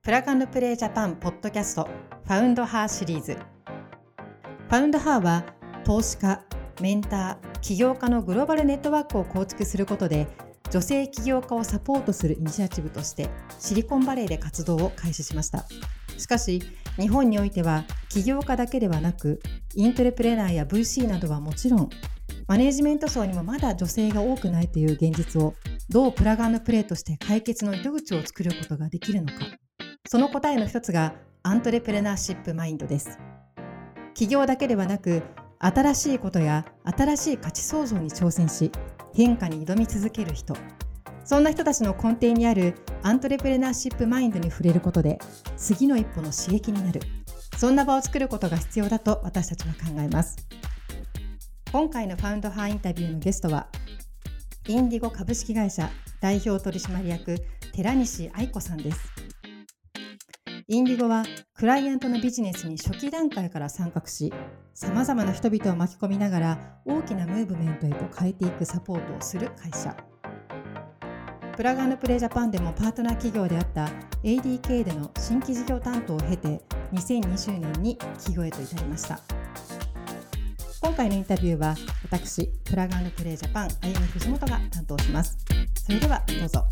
プラグプレイジャパンポッドキャストファウンドハーシリーズ。ファウンドハーは投資家、メンター、起業家のグローバルネットワークを構築することで女性起業家をサポートするイニシアチブとしてシリコンバレーで活動を開始しました。しかし日本においては起業家だけではなくイントレプレナーや VC などはもちろんマネージメント層にもまだ女性が多くないという現実をどうプラグ&プレイとして解決の糸口を作ることができるのか。その答えの一つがアントレプレナーシップマインドです。起業だけではなく新しいことや新しい価値創造に挑戦し変化に挑み続ける人、そんな人たちの根底にあるアントレプレナーシップマインドに触れることで次の一歩の刺激になる、そんな場を作ることが必要だと私たちは考えます。今回のファウンドハーインタビューのゲストはインディゴ株式会社代表取締役寺西愛子さんです。インディゴはクライアントのビジネスに初期段階から参画し、さまざまな人々を巻き込みながら大きなムーブメントへと変えていくサポートをする会社。プラグ&プレイジャパンでもパートナー企業であった ADK での新規事業担当を経て2020年に起業へと至りました。今回のインタビューは私プラグ&プレイジャパンあゆみ藤本が担当します。それではどうぞ。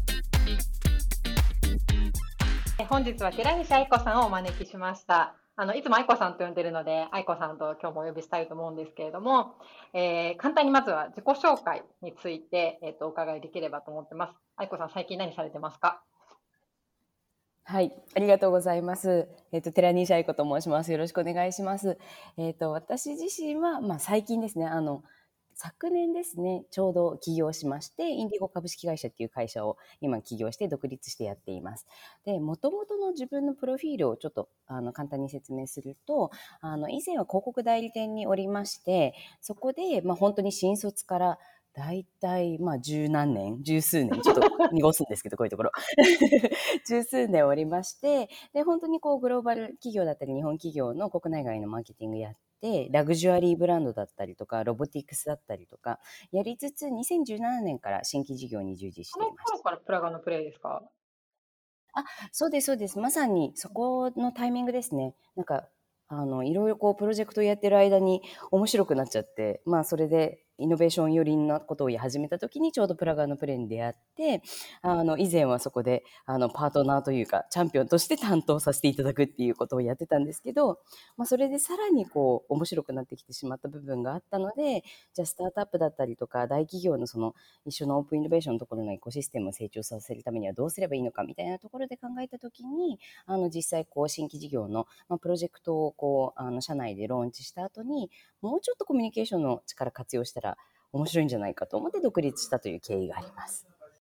本日は寺西愛子さんをお招きしました。いつも愛子さんと呼んでいるので愛子さんと今日もお呼びしたいと思うんですけれども、簡単にまずは自己紹介について、お伺いできればと思ってます。愛子さん、最近何されてますか？ はい、ありがとうございます。寺西愛子と申します。よろしくお願いします。私自身は、最近ですね、昨年ですね、ちょうど起業しまして、インディゴ株式会社っていう会社を今起業して独立してやっています。で、元々の自分のプロフィールをちょっと簡単に説明すると、以前は広告代理店におりまして、そこで、本当に新卒から大体、十何年、十数年、ちょっと濁すんですけど、こういうところ。十数年おりまして、で、本当にグローバル企業だったり、日本企業の国内外のマーケティングやって、ラグジュアリーブランドだったりとか、ロボティクスだったりとか、やりつつ、2017年から新規事業に従事していまその頃からプラグ&プレイですか？ そうです、そうです。まさにそこのタイミングですね。いろいろプロジェクトをやってる間に面白くなっちゃって、それでイノベーション寄りなことを始めた時にちょうどプラグ&プレイに出会って、以前はそこで、パートナーというか、チャンピオンとして担当させていただくっていうことをやってたんですけど、それでさらに面白くなってきてしまった部分があったので、じゃあスタートアップだったりとか、大企業の一緒のオープンイノベーションのところのエコシステムを成長させるためにはどうすればいいのかみたいなところで考えたときに、実際新規事業の、プロジェクトを社内でローンチした後に、もうちょっとコミュニケーションの力活用したら面白いんじゃないかと思って独立したという経緯があります。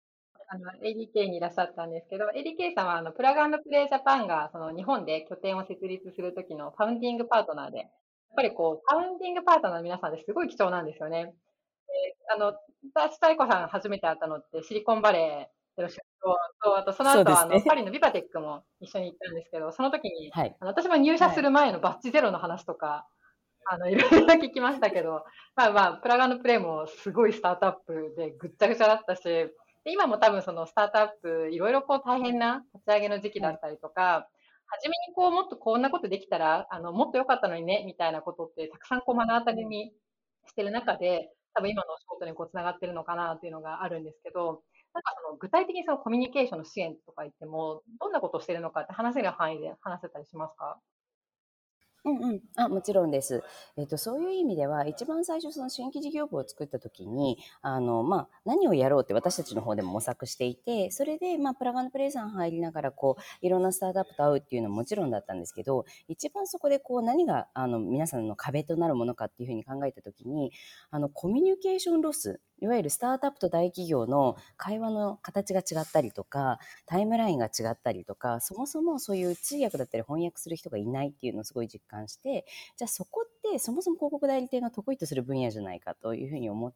ADK にいらっしゃったんですけど、ADK さんはプラグ&プレイジャパンがその日本で拠点を設立するときのファウンディングパートナーで、やっぱりファウンディングパートナーの皆さんってすごい貴重なんですよね。私と愛子さん初めて会ったのってシリコンバレーでの仕事と、あとその後そうですね。 パリのビバテックも一緒に行ったんですけど、その時にはい。 私も入社する前のバッチゼロの話とか、いろいろ聞きましたけど、プラグ&プレイもすごいスタートアップでぐっちゃぐちゃだったし、で今も多分そのスタートアップ、いろいろ大変な立ち上げの時期だったりとか、初めにもっとこんなことできたら、もっと良かったのにね、みたいなことってたくさん目の当たりにしてる中で、多分今のお仕事につながってるのかなっていうのがあるんですけど、なんかその具体的にそのコミュニケーションの支援とか言っても、どんなことをしてるのかって話せる範囲で話せたりしますか？ うんうん。もちろんです。そういう意味では、一番最初、その新規事業部を作った時に、何をやろうって私たちの方でも模索していて、それで、プラグ&プレイさん入りながら、いろんなスタートアップと会うっていうのはもちろんだったんですけど、一番そこで、何が、皆さんの壁となるものかっていうふうに考えた時に、コミュニケーションロス、いわゆるスタートアップと大企業の会話の形が違ったりとか、タイムラインが違ったりとか、そもそもそういう通訳だったり翻訳する人がいないっていうのをすごい実感して、じゃあそこってそもそも広告代理店が得意とする分野じゃないかというふうに思って、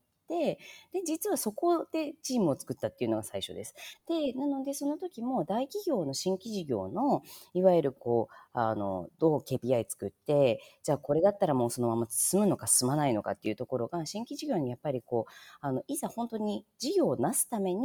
で、実はそこでチームを作ったっていうのが最初です。で、なのでその時も大企業の新規事業の、いわゆるどう KPI 作って、じゃあこれだったらもうそのまま進むのか進まないのかっていうところが、新規事業にやっぱりいざ本当に事業をなすために、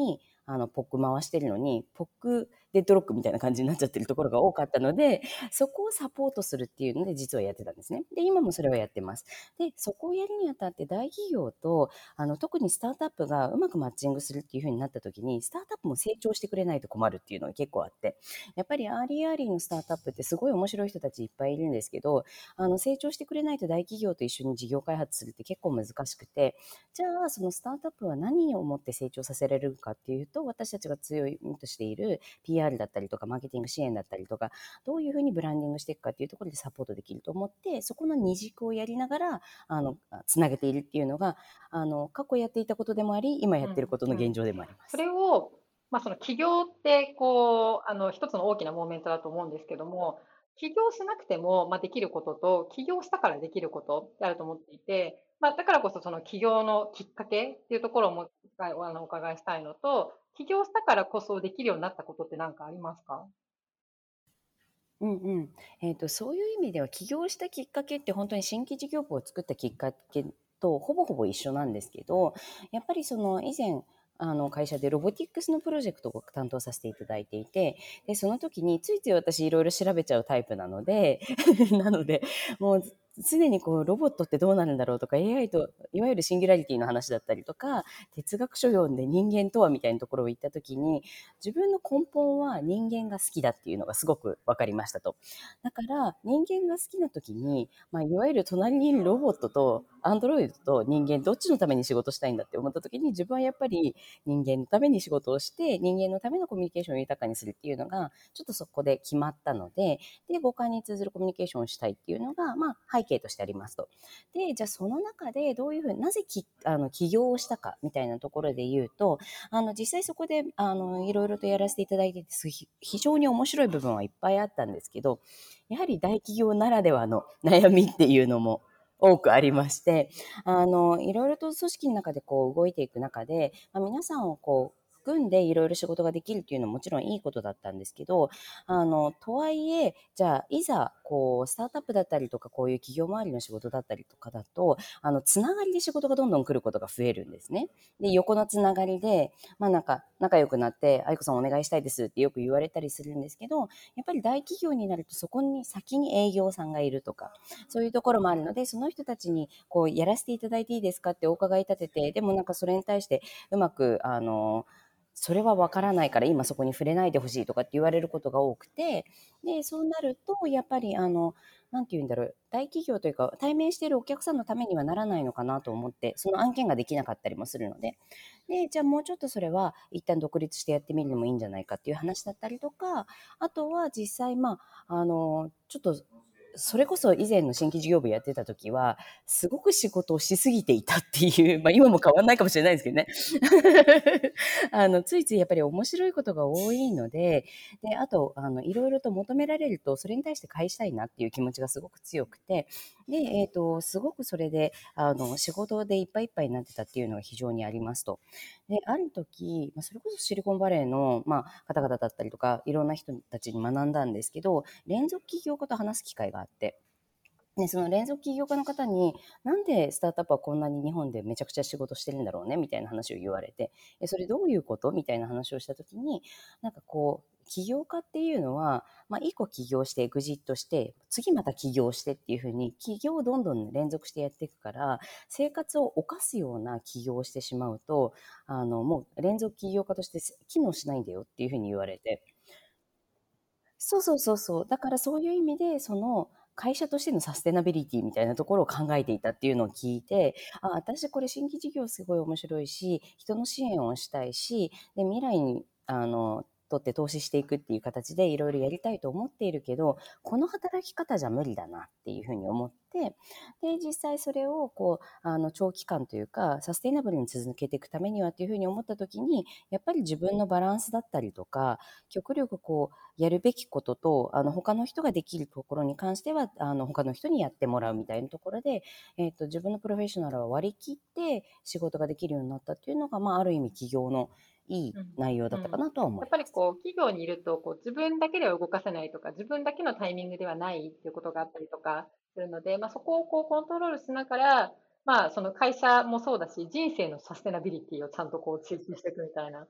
ポック回してるのに、ポックデッドロックみたいな感じになっちゃってるところが多かったので、そこをサポートするっていうので、実はやってたんですね。で、今もそれをやってます。で、そこをやるにあたって大企業と、特にスタートアップがうまくマッチングするっていう風になった時に、スタートアップも成長してくれないと困るっていうのが結構あって、やっぱりアーリーのスタートアップってすごい面白い人たちいっぱいいるんですけど、成長してくれないと大企業と一緒に事業開発するって結構難しくて、じゃあそのスタートアップは何をもって成長させられるかっていうと、私たちが強いとしている PR だったりとかマーケティング支援だったりとか、どういうふうにブランディングしていくかっていうところでサポートできると思って、そこの二軸をやりながらつなげているっていうのが過去やっていたことでもあり、今やっていることの現状でもあります。 それを、その起業ってこう一つの大きなモーメントだと思うんですけども、起業しなくても、できることと、起業したからできることってあると思っていて、だからこそその起業のきっかけっていうところをもう一回お伺いしたいのと、起業したからこそできるようになったことって何かありますか？ うんうん。そういう意味では起業したきっかけって本当に新規事業部を作ったきっかけとほぼほぼ一緒なんですけど、やっぱりその以前、会社でロボティックスのプロジェクトを担当させていただいていて、で、その時についつい私いろいろ調べちゃうタイプなので、なので、もう常にこうロボットってどうなるんだろうとか AI といわゆるシンギュラリティの話だったりとか哲学書読んで人間とはみたいなところを言った時に自分の根本は人間が好きだっていうのがすごく分かりましたと。だから人間が好きな時に、いわゆる隣にいるロボットとアンドロイドと人間どっちのために仕事したいんだって思った時に自分はやっぱり人間のために仕事をして人間のためのコミュニケーションを豊かにするっていうのがちょっとそこで決まったので、互換に通ずるコミュニケーションをしたいっていうのが、背景としてありますと。で、じゃあその中でどういうふうになぜ起業をしたかみたいなところで言うと、実際そこでいろいろとやらせていただいてて非常に面白い部分はいっぱいあったんですけど、やはり大企業ならではの悩みっていうのも多くありまして、いろいろと組織の中でこう動いていく中で、皆さんをこう組んでいろいろ仕事ができるっていうのはもちろんいいことだったんですけど、とはいえ、じゃあ、いざ、こう、スタートアップだったりとか、こういう企業周りの仕事だったりとかだと、つながりで仕事がどんどん来ることが増えるんですね。で、横のつながりで、なんか、仲良くなって、愛子さんお願いしたいですってよく言われたりするんですけど、やっぱり大企業になると、そこに先に営業さんがいるとか、そういうところもあるので、その人たちに、こう、やらせていただいていいですかってお伺い立てて、でもなんかそれに対して、うまく、それはわからないから今そこに触れないでほしいとかって言われることが多くて、で、そうなると、やっぱりなんて言うんだろう、大企業というか、対面しているお客さんのためにはならないのかなと思って、その案件ができなかったりもするので、で、じゃあもうちょっとそれは一旦独立してやってみるのもいいんじゃないかっていう話だったりとか、あとは実際、ちょっとそれこそ以前の新規事業部やってた時は、すごく仕事をしすぎていたっていう、今も変わんないかもしれないですけどね。ついついやっぱり面白いことが多いので、で、あと、いろいろと求められると、それに対して返したいなっていう気持ちがすごく強くて、で、すごくそれで、仕事でいっぱいいっぱいになってたっていうのが非常にありますと。で、ある時、それこそシリコンバレーの、方々だったりとか、いろんな人たちに学んだんですけど、連続起業家と話す機会があって、で、その連続起業家の方に、なんでスタートアップはこんなに日本でめちゃくちゃ仕事してるんだろうねみたいな話を言われて、それどういうことみたいな話をしたときに、なんかこう、起業家っていうのは、一個起業してエグジットして、次また起業してっていうふうに、起業をどんどん連続してやっていくから、生活を犯すような起業をしてしまうと、もう連続起業家として機能しないんだよっていうふうに言われて、そうそうそうそう。だからそういう意味で、その会社としてのサステナビリティみたいなところを考えていたっていうのを聞いて、私これ新規事業すごい面白いし、人の支援をしたいし、で、未来に、とって投資していくっていう形でいろいろやりたいと思っているけど、この働き方じゃ無理だなっていうふうに思って、で、実際それをこう、長期間というか、サステイナブルに続けていくためにはっていうふうに思った時に、やっぱり自分のバランスだったりとか、極力こう、やるべきことと、他の人ができるところに関しては、他の人にやってもらうみたいなところで、自分のプロフェッショナルは割り切って仕事ができるようになったっていうのが、ある意味起業のいい内容だったかなとは思います。 やっぱりこう、企業にいると、こう、自分だけでは動かせないとか、自分だけのタイミングではないっていうことがあったりとかするので、そこをこう、コントロールしながら、その会社もそうだし、人生のサステナビリティをちゃんとこう、追求していくみたいな。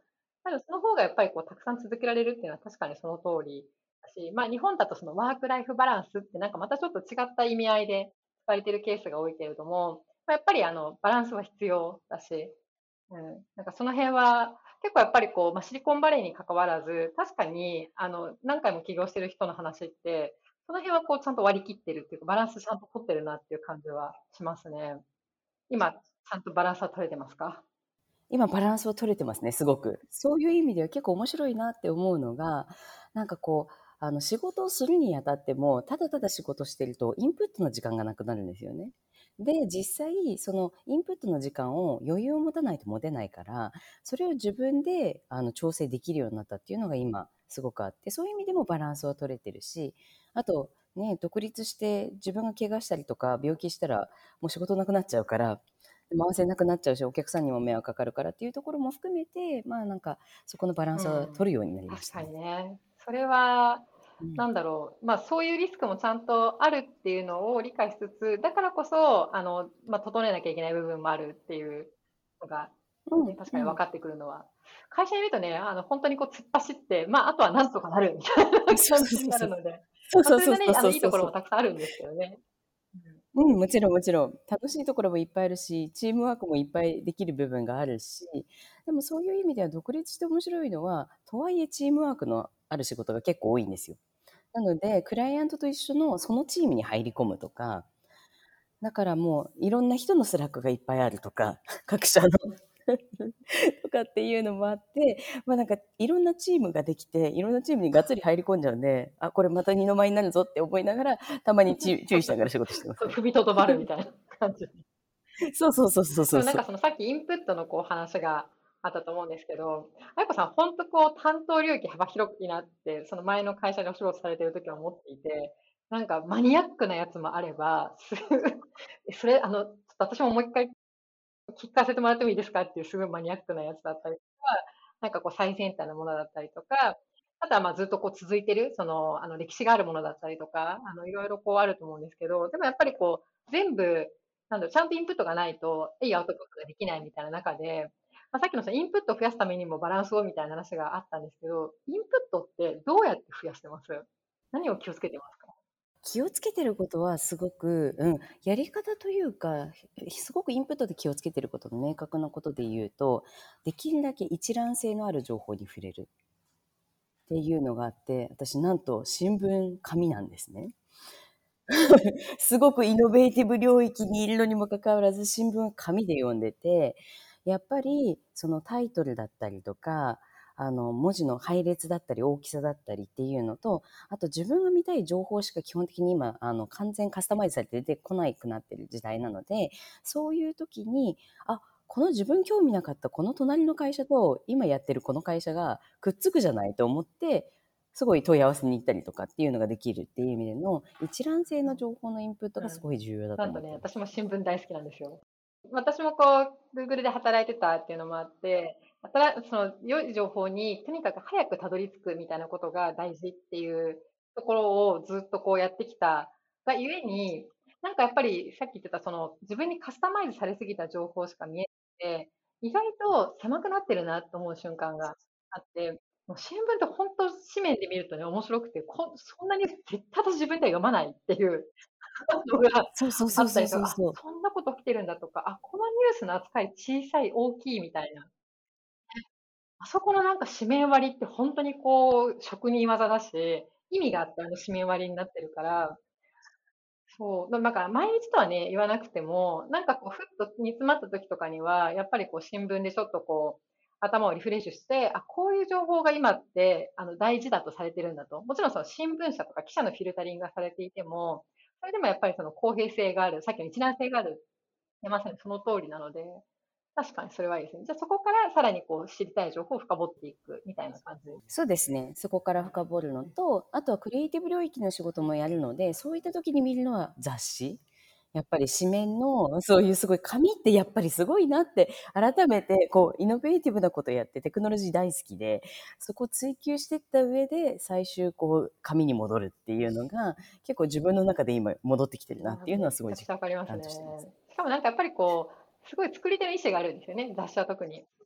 多分その方がやっぱりこうたくさん続けられるっていうのは確かにその通りだし、まあ日本だとそのワークライフバランスってなんかまたちょっと違った意味合いで使われているケースが多いけれども、まあ、やっぱりバランスは必要だし、なんかその辺は結構やっぱりこう、まあ、シリコンバレーに関わらず、確かに何回も起業してる人の話って、その辺はこうちゃんと割り切ってるっていうか、バランスちゃんと取ってるなっていう感じはしますね。今、ちゃんとバランスは取れてますか？ 今バランスを取れてますね、すごく。そういう意味では結構面白いなって思うのが、なんかこう、仕事をするにあたっても、ただただ仕事してると、インプットの時間がなくなるんですよね。で、実際、そのインプットの時間を余裕を持たないと持てないから、それを自分で調整できるようになったっていうのが今すごくあって、そういう意味でもバランスは取れてるし、あと、ね、独立して自分が怪我したりとか病気したらもう仕事なくなっちゃうから、回せなくなっちゃうし、お客さんにも迷惑かかるからっていうところも含めて、まあなんか、そこのバランスはうん。 取るようになりま確かにしたね。 ね。それは、 うん。 なんだろう。まあそういうリスクもちゃんとあるっていうのを理解しつつ、だからこそ、まあ整えなきゃいけない部分もあるっていうのが、ね、 うん、 確かうん。 に分かってくるのは。会社にいるとね、本当にこう突っ走って、まああとはなんとかなるみたいなそう感じにそうそうそう。 なるので、 そうまあそうそうそうそれがね、いいところそうそう。 もたくさんあるんですけどね。 うん、もちろんもちろん。楽しいところもいっぱいあるし、チームワークもいっぱいできる部分があるし、でもそういう意味では独立して面白いのは、とはいえチームワークのある仕事が結構多いんですよ。なので、クライアントと一緒のそのチームに入り込むとか、だからもういろんな人のスラックがいっぱいあるとか、各社のとかっていうのもあって、まあなんかいろんなチームができて、いろんなチームにがっつり入り込んじゃうんで、あ、これまた二の舞になるぞって思いながら、たまに注意しながら仕事してますね。 踏みとどまるみたいな感じ。 そうそうそうそうそうそう。 でもなんかそのさっきインプットのこう話があったと思うんですけど、あやこさん本当こう担当領域幅広いなって、その前の会社でお仕事されてる時は思っていて、なんかマニアックなやつもあれば、それちょっと私ももう一回聞かせてもらってもいいですかっていうすごいマニアックなやつだったりとか、なんかこう最先端なものだったりとか、あとはまあずっとこう続いてる、歴史があるものだったりとか、いろいろこうあると思うんですけど、でもやっぱりこう、全部、なんだろう、ちゃんとインプットがないと、いいアウトプットができないみたいな中で、まあ、さっきのそのインプットを増やすためにもバランスをみたいな話があったんですけど、インプットってどうやって増やしてます？何を気をつけてますか？ 気をつけてることはすごく、うん、やり方というか、すごくインプットで気をつけてることの明確なことで言うと、できるだけ一覧性のある情報に触れるっていうのがあって、私なんと新聞紙なんですね。すごくイノベーティブ領域にいるのにもかかわらず、新聞は紙で読んでて、やっぱりそのタイトルだったりとか、文字の配列だったり大きさだったりっていうのと、あと自分が見たい情報しか基本的に今、完全カスタマイズされて出てこないくなってる時代なので、そういう時に、あ、この自分興味なかったこの隣の会社と今やってるこの会社がくっつくじゃないと思って、すごい問い合わせに行ったりとかっていうのができるっていう意味での一覧性の情報のインプットうん。 がすごい重要だとなんとね、 思ってます。 私も新聞大好きなんですよ。私もこう、Google で働いてたっていうのもあって、その良い情報にとにかく早くたどり着くみたいなことが大事っていうところをずっとこうやってきたがゆえに、なんかやっぱりさっき言ってたその自分にカスタマイズされすぎた情報しか見えなくて、意外と狭くなってるなと思う瞬間があって、もう新聞って本当紙面で見るとね、面白くて、そんなに絶対私自分では読まないっていうのがそうそうそうそうあったりとか、あ、 そうそう。 そんなこと起きてるんだとか、あ、このニュースの扱い小さい、大きいみたいな。あそこのなんか紙面割りって本当にこう、職人技だし、意味があってあの紙面割りになってるから、そう、だから毎日とはね、言わなくても、なんかこう、ふっと煮詰まった時とかには、やっぱりこう、新聞でちょっとこう、頭をリフレッシュして、あ、こういう情報が今って、大事だとされてるんだと。もちろんその新聞社とか記者のフィルタリングがされていても、それでもやっぱりその公平性がある、さっきの一覧性がある、まさにその通りなので、確かにそれはいいですね。じゃあそこからさらにこう、知りたい情報を深掘っていくみたいな感じ。 そうですね。そこから深掘るのと、あとはクリエイティブ領域の仕事もやるので、そういった時に見るのは雑誌。やっぱり紙面の、そういうすごい紙ってやっぱりすごいなって、改めてこう、イノベーティブなことやってテクノロジー大好きで、そこを追求していった上で、最終こう、紙に戻るっていうのが、結構自分の中で今戻ってきてるなっていうのはなるほどね。 すごい実めちゃくちゃわかりますね。 感としてます。 しかもなんかやっぱりこう、すごい作り手の意思があるんですよね。雑誌は特に。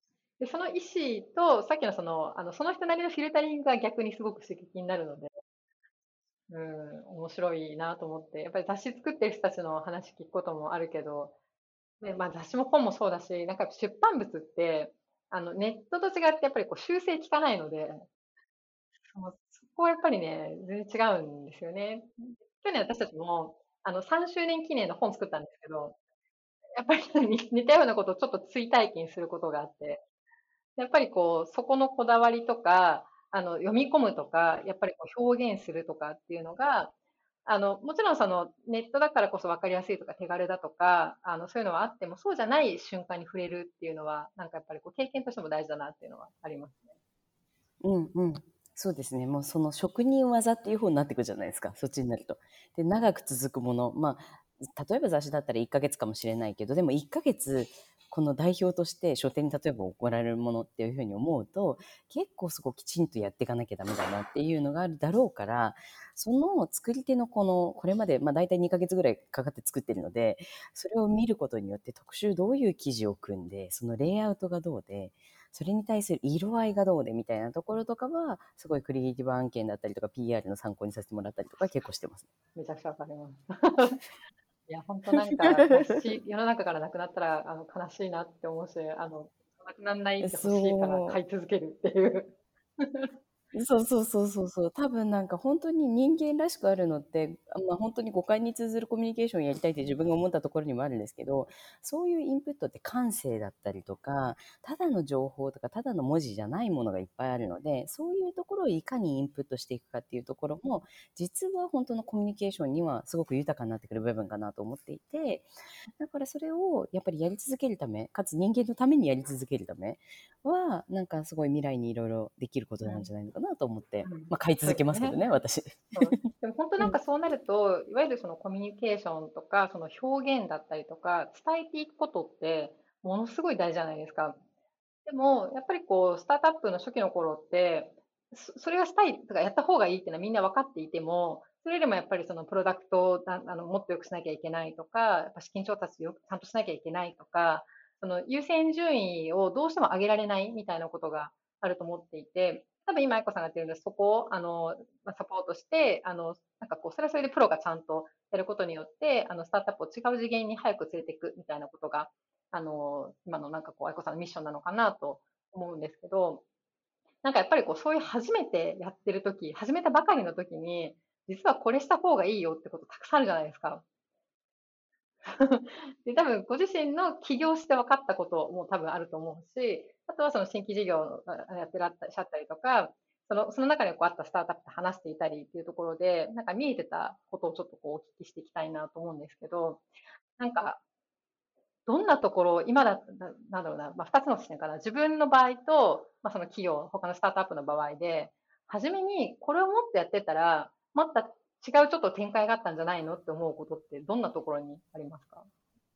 で、その意思と、さっきのその人なりのフィルタリングが逆にすごく刺激になるので、面白いなと思って、やっぱり雑誌作ってる人たちの話聞くこともあるけど、ね、まあ雑誌も本もそうだし、なんか出版物って、ネットと違ってやっぱりこう修正効かないので、そこはやっぱりね、全然違うんですよね。去年私たちも、3周年記念の本作ったんですけど、やっぱり似たようなことをちょっと追体験することがあって、やっぱりこう、そこのこだわりとか、読み込むとか、やっぱりこう表現するとかっていうのが、もちろんネットだからこそ分かりやすいとか手軽だとか、そういうのはあっても、そうじゃない瞬間に触れるっていうのは、なんかやっぱりこう経験としても大事だなっていうのはありますね。 うんうん。そうですね。もうその職人技っていう方になってくるじゃないですか。そっちになると。で、長く続くもの。まあ、例えば雑誌だったら1ヶ月かもしれないけど、でも1ヶ月、この代表として書店に例えば行われるものっていうふうに思うと、結構そこきちんとやっていかなきゃダメだなっていうのがあるだろうから、その作り手のこれまで、まあ大体2ヶ月ぐらいかかって作ってるので、それを見ることによって特集どういう記事を組んで、そのレイアウトがどうで、それに対する色合いがどうでみたいなところとかは、すごいクリエイティブ案件だったりとか、PR の参考にさせてもらったりとか結構してます。 めちゃくちゃわかります。いや、本当なんか雑誌、世の中からなくなったら、悲しいなって思うし、なくならないってほしいからそ買い続けるっていう。 そうそうそうそうそう。多分なんか本当に人間らしくあるのって、まあ本当に誤解に通ずるコミュニケーションをやりたいって自分が思ったところにもあるんですけど、そういうインプットって感性だったりとか、ただの情報とかただの文字じゃないものがいっぱいあるので、そういうところをいかにインプットしていくかっていうところも、実は本当のコミュニケーションにはすごく豊かになってくる部分かなと思っていて、だからそれをやっぱりやり続けるため、かつ人間のためにやり続けるためは、なんかすごい未来にいろいろできることなんじゃないのかなと思って、 うん、 まあ買い続けそうですね。 ますけどね、私。 そう。でも本当うん。 なんかそうなると、いわゆるそのコミュニケーションとか、その表現だったりとか、伝えていくことって、ものすごい大事じゃないですか。でも、やっぱりこう、スタートアップの初期の頃って、それがしたいとかやった方がいいっていうのはみんな分かっていても、それよりもやっぱりそのプロダクトをもっと良くしなきゃいけないとか、やっぱ資金調達をちゃんとしなきゃいけないとか、その優先順位をどうしても上げられないみたいなことがあると思っていて、多分今、愛子さんが言ってるんです、そこを、サポートして、なんかこう、それはそれでプロがちゃんとやることによって、スタートアップを違う次元に早く連れていくみたいなことが今のなんかこう、愛子さんのミッションなのかなと思うんですけど、なんかやっぱりこう、そういう初めてやってる時、始めたばかりの時に、実はこれした方がいいよってことたくさんあるじゃないですか。で、多分ご自身の起業して分かったことも多分あると思うし、あとはその新規事業をやってらっしゃったりとか、その中にこうあったスタートアップと話していたりっていうところで、なんか見えてたことをちょっとこうお聞きしていきたいなと思うんですけど、なんかどんなところ、今だ、なんだろうな、まあ、二つの視点かな。自分の場合と、まあ、その企業、他のスタートアップの場合で、初めにこれをもっとやってたら、また違うちょっと展開があったんじゃないのって思うことってどんなところにありますか？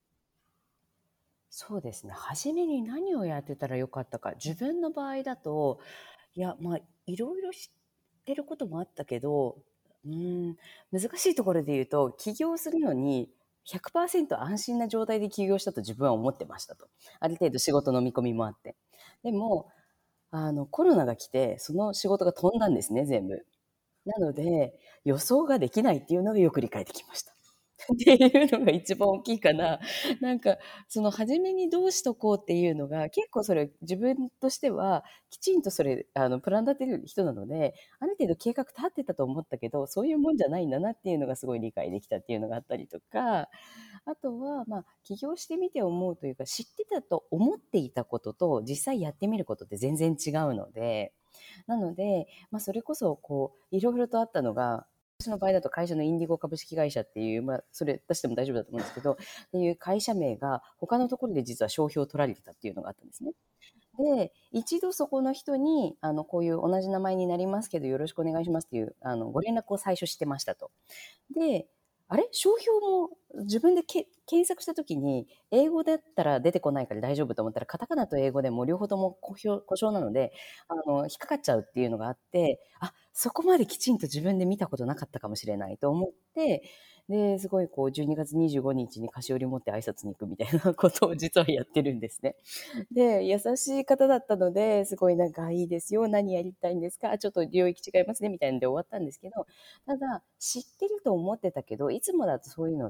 そうですね。初めに何をやってたらよかったか。自分の場合だと、いや、まあ、いろいろ知ってることもあったけど、難しいところで言うと、起業するのに100%安心な状態で起業したと自分は思ってましたと。ある程度仕事の見込みもあって。でも、コロナが来て、その仕事が飛んだんですね、全部。なので、予想ができないっていうのがよく理解できました。っていうのが一番大きいかな。なんか、その初めにどうしとこうっていうのが、結構それ自分としては、きちんとそれ、プラン立てる人なので、ある程度計画立ってたと思ったけど、そういうもんじゃないんだなっていうのがすごい理解できたっていうのがあったりとか、あとは、まあ、起業してみて思うというか、知ってたと思っていたことと、実際やってみることって全然違うので、なので、まあ、それこそ、いろいろとあったのが、私の場合だと会社のインディゴ株式会社っていう、まあ、それ出しても大丈夫だと思うんですけど、っていう会社名が他のところで実は商標を取られてたっていうのがあったんですね。で、一度そこの人に、こういう同じ名前になりますけど、よろしくお願いしますっていう、ご連絡を最初してましたと。で、あれ商標も自分で検索したときに、英語だったら出てこないから大丈夫と思ったら、カタカナと英語でも両方とも故障なので、引っかかっちゃうっていうのがあって、あ、そこまできちんと自分で見たことなかったかもしれないと思って、 で、すごいこう、12月25日に菓子折り持って挨拶に行くみたいなことを実はやってるんですね。で、優しい方だったので、すごいなんか、いいですよ、何やりたいんですか、ちょっと領域違いますね、みたいなんで終わったんですけど、ただ、知ってると思ってたけど、いつもだとそういうのって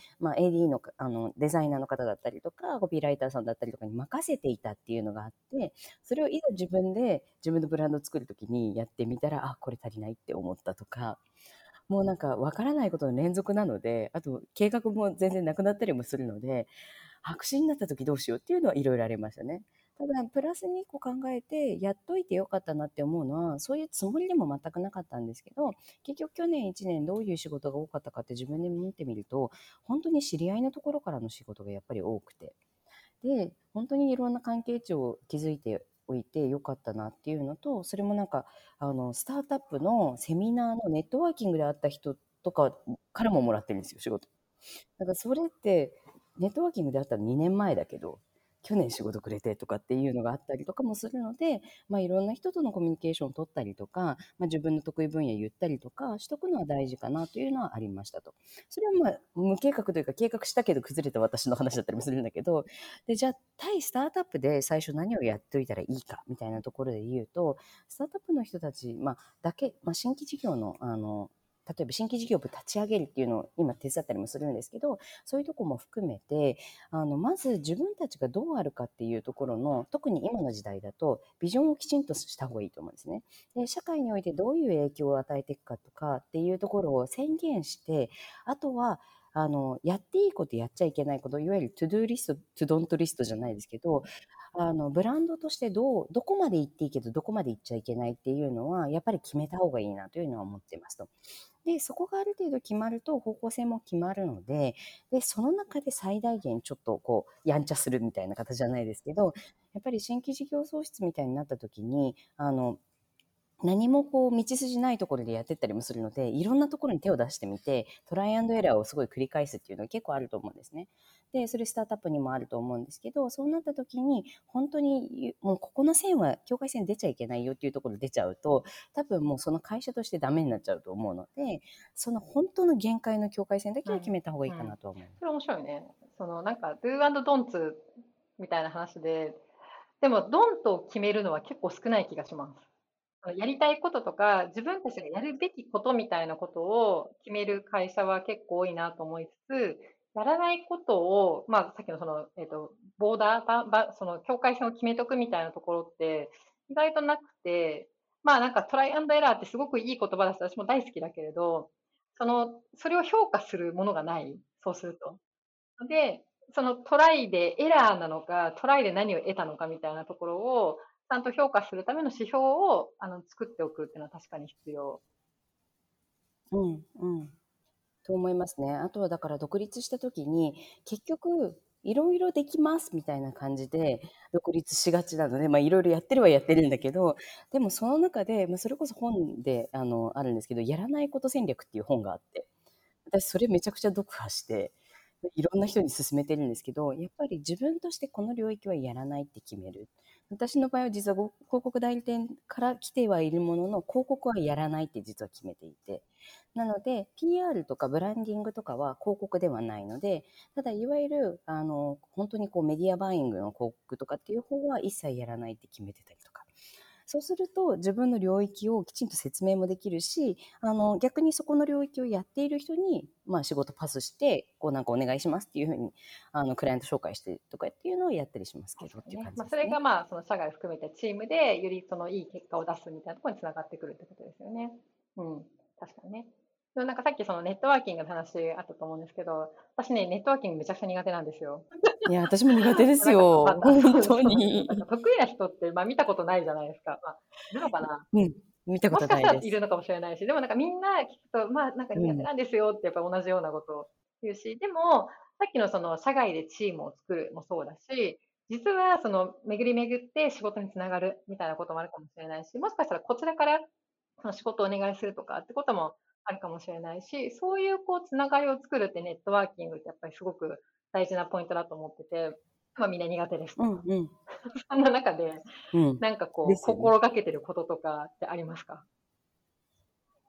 、AD のデザイナーの方だったりとか、コピーライターさんだったりとかに任せていたっていうのがあって、それをいざ自分のブランドを作るときにやってみたら、あ、これ足りないって思ったとか、もうなんかわからないことの連続なので、あと計画も全然なくなったりもするので、白紙になった時どうしようっていうのはいろいろありましたね。ただ、プラスにこう考えて、やっといてよかったなって思うのは、そういうつもりでも全くなかったんですけど、結局去年1年どういう仕事が多かったかって自分で見てみると、本当に知り合いのところからの仕事がやっぱり多くて。で、本当にいろんな関係値を築いておいてよかったなっていうのと、それもなんか、スタートアップのセミナーのネットワーキングで会った人とかからももらってるんですよ、仕事。だからそれって、ネットワーキングであったら2年前だけど、去年仕事くれてとかっていうのがあったりとかもするので、いろんな人とのコミュニケーションを取ったりとか、自分の得意分野言ったりとかしとくのは大事かなというのはありましたと。それは無計画というか計画したけど崩れた私の話だったりもするんだけど、で、じゃあ対スタートアップで最初何をやっといたらいいかみたいなところで言うと、スタートアップの人たち、新規事業の例えば新規事業部立ち上げるっていうのを今手伝ったりもするんですけど、そういうとこも含めて、まず自分たちがどうあるかっていうところの、特に今の時代だと、ビジョンをきちんとした方がいいと思うんですね。で、社会においてどういう影響を与えていくかとかっていうところを宣言して、あとは、やっていいことやっちゃいけないこと、いわゆるトゥドゥーリスト、トゥドントリストじゃないですけど、ブランドとしてどこまで行っていいけど、どこまで行っちゃいけないっていうのは、やっぱり決めた方がいいなというのは思っていますと。で、そこがある程度決まると方向性も決まるので、で、その中で最大限ちょっとこう、やんちゃするみたいな形じゃないですけど、やっぱり新規事業創出みたいになった時に、何もこう道筋ないところでやってったりもするので、いろんなところに手を出してみて、トライアンドエラーをすごい繰り返すっていうのが結構あると思うんですね。で、それスタートアップにもあると思うんですけど、そうなった時に、本当にもうここの線は境界線出ちゃいけないよっていうところ出ちゃうと、多分もうその会社としてダメになっちゃうと思うので、その本当の限界の境界線だけは決めた方がいいかなとは思います。 それ面白いね。なんか、do and don'ts みたいな話で、でも、don't を決めるのは結構少ない気がします。やりたいこととか、自分たちがやるべきことみたいなことを決める会社は結構多いなと思いつつ、やらないことを、さっきのボーダー、その境界線を決めとくみたいなところって、意外となくて、なんかトライアンドエラーってすごくいい言葉だし、私も大好きだけれど、それを評価するものがない。そうすると。で、そのトライでエラーなのか、トライで何を得たのかみたいなところを、ちゃんと評価するための指標を作っておくっていうのは確かに必要。 うんうん。と思いますね。あとはだから独立した時に、結局、いろいろできますみたいな感じで独立しがちなので、いろいろやってるはやってるんだけど、でもその中で、それこそ本であるんですけど、やらないこと戦略っていう本があって、私それめちゃくちゃ読破して、いろんな人に勧めてるんですけど、やっぱり自分としてこの領域はやらないって決める。私の場合は実は広告代理店から来てはいるものの、広告はやらないって実は決めていて。なので、PR とかブランディングとかは広告ではないので、ただいわゆる、本当にこうメディアバイングの広告とかっていう方は一切やらないって決めてたりとか。そうすると自分の領域をきちんと説明もできるし、逆にそこの領域をやっている人に、仕事パスして、こうなんかお願いしますっていうふうに、クライアント紹介してとかっていうのをやったりしますけど、っていう感じですね。 それがその社外含めてチームでよりそのいい結果を出すみたいなところにつながってくるってことですよね。うん。確かにね。でもなんかさっきそのネットワーキングの話あったと思うんですけど、私ね、ネットワーキングめちゃくちゃ苦手なんですよ。 いや、私も苦手ですよ。本当に。 得意な人って、見たことないじゃないですか。いるのかな。 うん。見たことないです。 もしかしたらいるのかもしれないし、でもなんかみんな聞くと、なんか苦手なんですよってやっぱ同じようなことを言うし、でも、さっきのその社外でチームを作るもそうだし、実はその巡り巡って仕事につながるみたいなこともあるかもしれないし、もしかしたらこちらからその仕事をお願いするとかってこともあるかもしれないし、そういうこうつながりを作るってネットワーキングってやっぱりすごく大事なポイントだと思ってて、みんな苦手です。そんな中で、なんかこう、心がけてることとかってありますか？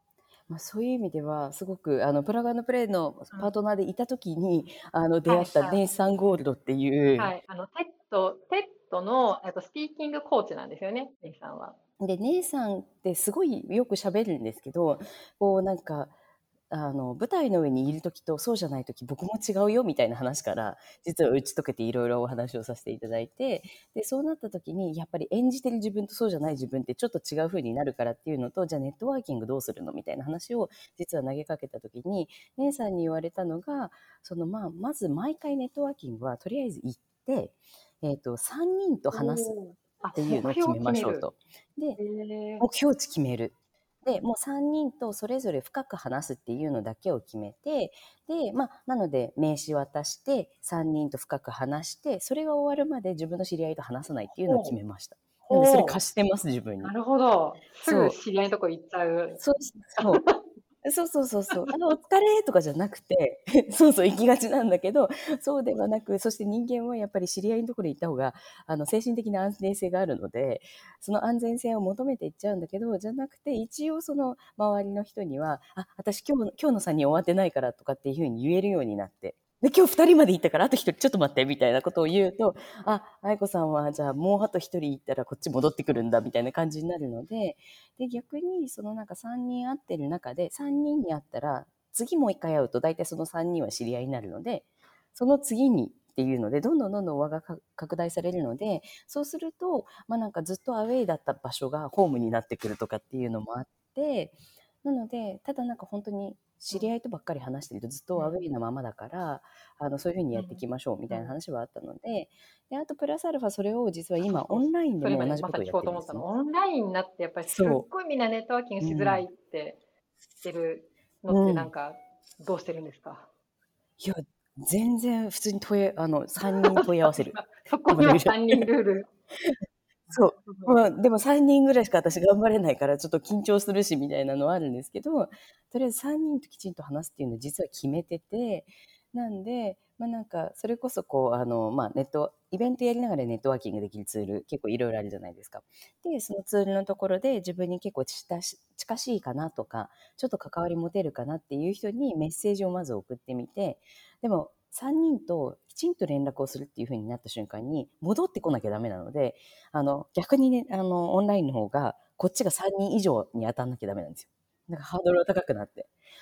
そういう意味では、すごく、プラグプレイのパートナーでいた時に、出会はい、はい。 ったネイサン・ゴールドっていう、 はい。テッドの、スピーキングコーチなんですよね、ネイさんは。 で、姉さんってすごいよく喋るんですけど、こうなんか、舞台の上にいる時とそうじゃない時僕も違うよみたいな話から実は打ち解けていろいろお話をさせていただいて、でそうなった時にやっぱり演じてる自分とそうじゃない自分ってちょっと違う風になるからっていうのと、じゃあネットワーキングどうするのみたいな話を実は投げかけた時に姉さんに言われたのが、まず毎回ネットワーキングはとりあえず行って、3人と話すおお。あ、 っていうのを目標を決め決める。 ましょうと。で、 へえ。 目標値決める。で、もう3人とそれぞれ深く話すっていうのだけを決めて、で、なので名刺渡して、3人と深く話して、それが終わるまで自分の知り合いと話さないっていうのを決ほう。 めました。なので、それほう。 貸してます、自分に。 なるほど。すぐそう。 知り合いのとこ行っちゃう。 そう、そう。そうそうそうそう。お疲れとかじゃなくて、そうそう、行きがちなんだけど、そうではなく、そして人間はやっぱり知り合いのところに行った方が、精神的な安全性があるので、その安全性を求めていっちゃうんだけど、じゃなくて、一応その周りの人には、私今日の3人終わってないからとかっていうふうに言えるようになって、で、今日2人まで行ったから、あと1人ちょっと待って、みたいなことを言うと、愛子さんは、じゃあもうあと1人行ったらこっち戻ってくるんだ、みたいな感じになるので、で、逆に、そのなんか3人会ってる中で、3人に会ったら、次もう1回会うと、大体その3人は知り合いになるので、その次にっていうので、どんどんどんどん輪が拡大されるので、そうすると、なんかずっとアウェイだった場所がホームになってくるとかっていうのもあって、なので、ただなんか本当にうん、 知り合いとばっかり話してるとずっとアウうん、 ェイなままだから、そういうふうにやっていうん、 きましょうみたいなうん。 話はあったので、で、あとプラスアルファそれを実は今オそうそう。 ンラインでそれ今ね、 も同じことをやっまさに聞こうと思ったの。 てるんですね。 オンラインになってやっぱりすっそごいみんなネットワーキングう。 しづらいうん。 って言ってるのってうん。 なんか、どうしてるんですか？ いや、全然普通に3人問い合わせる。 そこには今レベル。 3人ルール。なるそう。 ほど。 でも3人ぐらいしか私頑張れないから、ちょっと緊張するしみたいなのはあるんですけど、とりあえず3人ときちんと話すっていうのを実は決めてて、なんで、なんか、それこそこう、イベントやりながらネットワーキングできるツール、結構いろいろあるじゃないですか。で、そのツールのところで自分に結構近しいかなとか、ちょっと関わり持てるかなっていう人にメッセージをまず送ってみて、でも3人ときちんと連絡をするっていう風になった瞬間に戻ってこなきゃダメなので、逆にね、オンラインの方が、こっちが3人以上に当たんなきゃダメなんですよ。なんかハードルが高くなって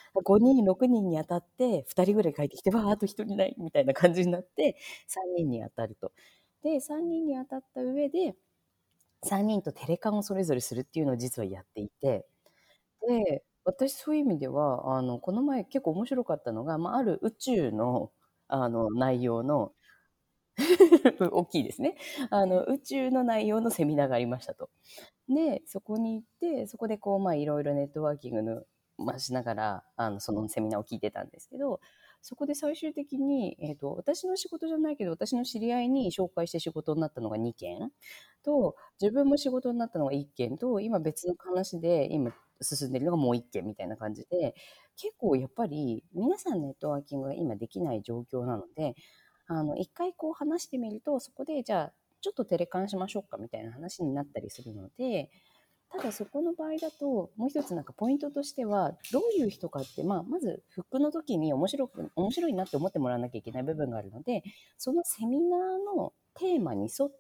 。5人、6人に当たって、2人ぐらい帰ってきて、わあ、あと1人いないみたいな感じになって、3人に当たると。で、3人に当たった上で、3人とテレカンをそれぞれするっていうのを実はやっていて、で、私そういう意味では、この前結構面白かったのが、ある宇宙の、内容の大きいですね。宇宙の内容のセミナーがありましたと。で、そこに行って、そこでこう、いろいろネットワーキングの、しながら、そのセミナーを聞いてたんですけど、そこで最終的に、私の仕事じゃないけど、私の知り合いに紹介して仕事になったのが2件と、自分も仕事になったのが1件と、今別の話で、今進んでるのがもう1件みたいな感じで、結構やっぱり皆さんネットワーキングが今できない状況なので、一回こう話してみると、そこでじゃあちょっとテレカンしましょうかみたいな話になったりするので、ただそこの場合だと、もう一つなんかポイントとしては、どういう人かって、まずフックの時に面白いなって思ってもらわなきゃいけない部分があるので、そのセミナーのテーマに沿った、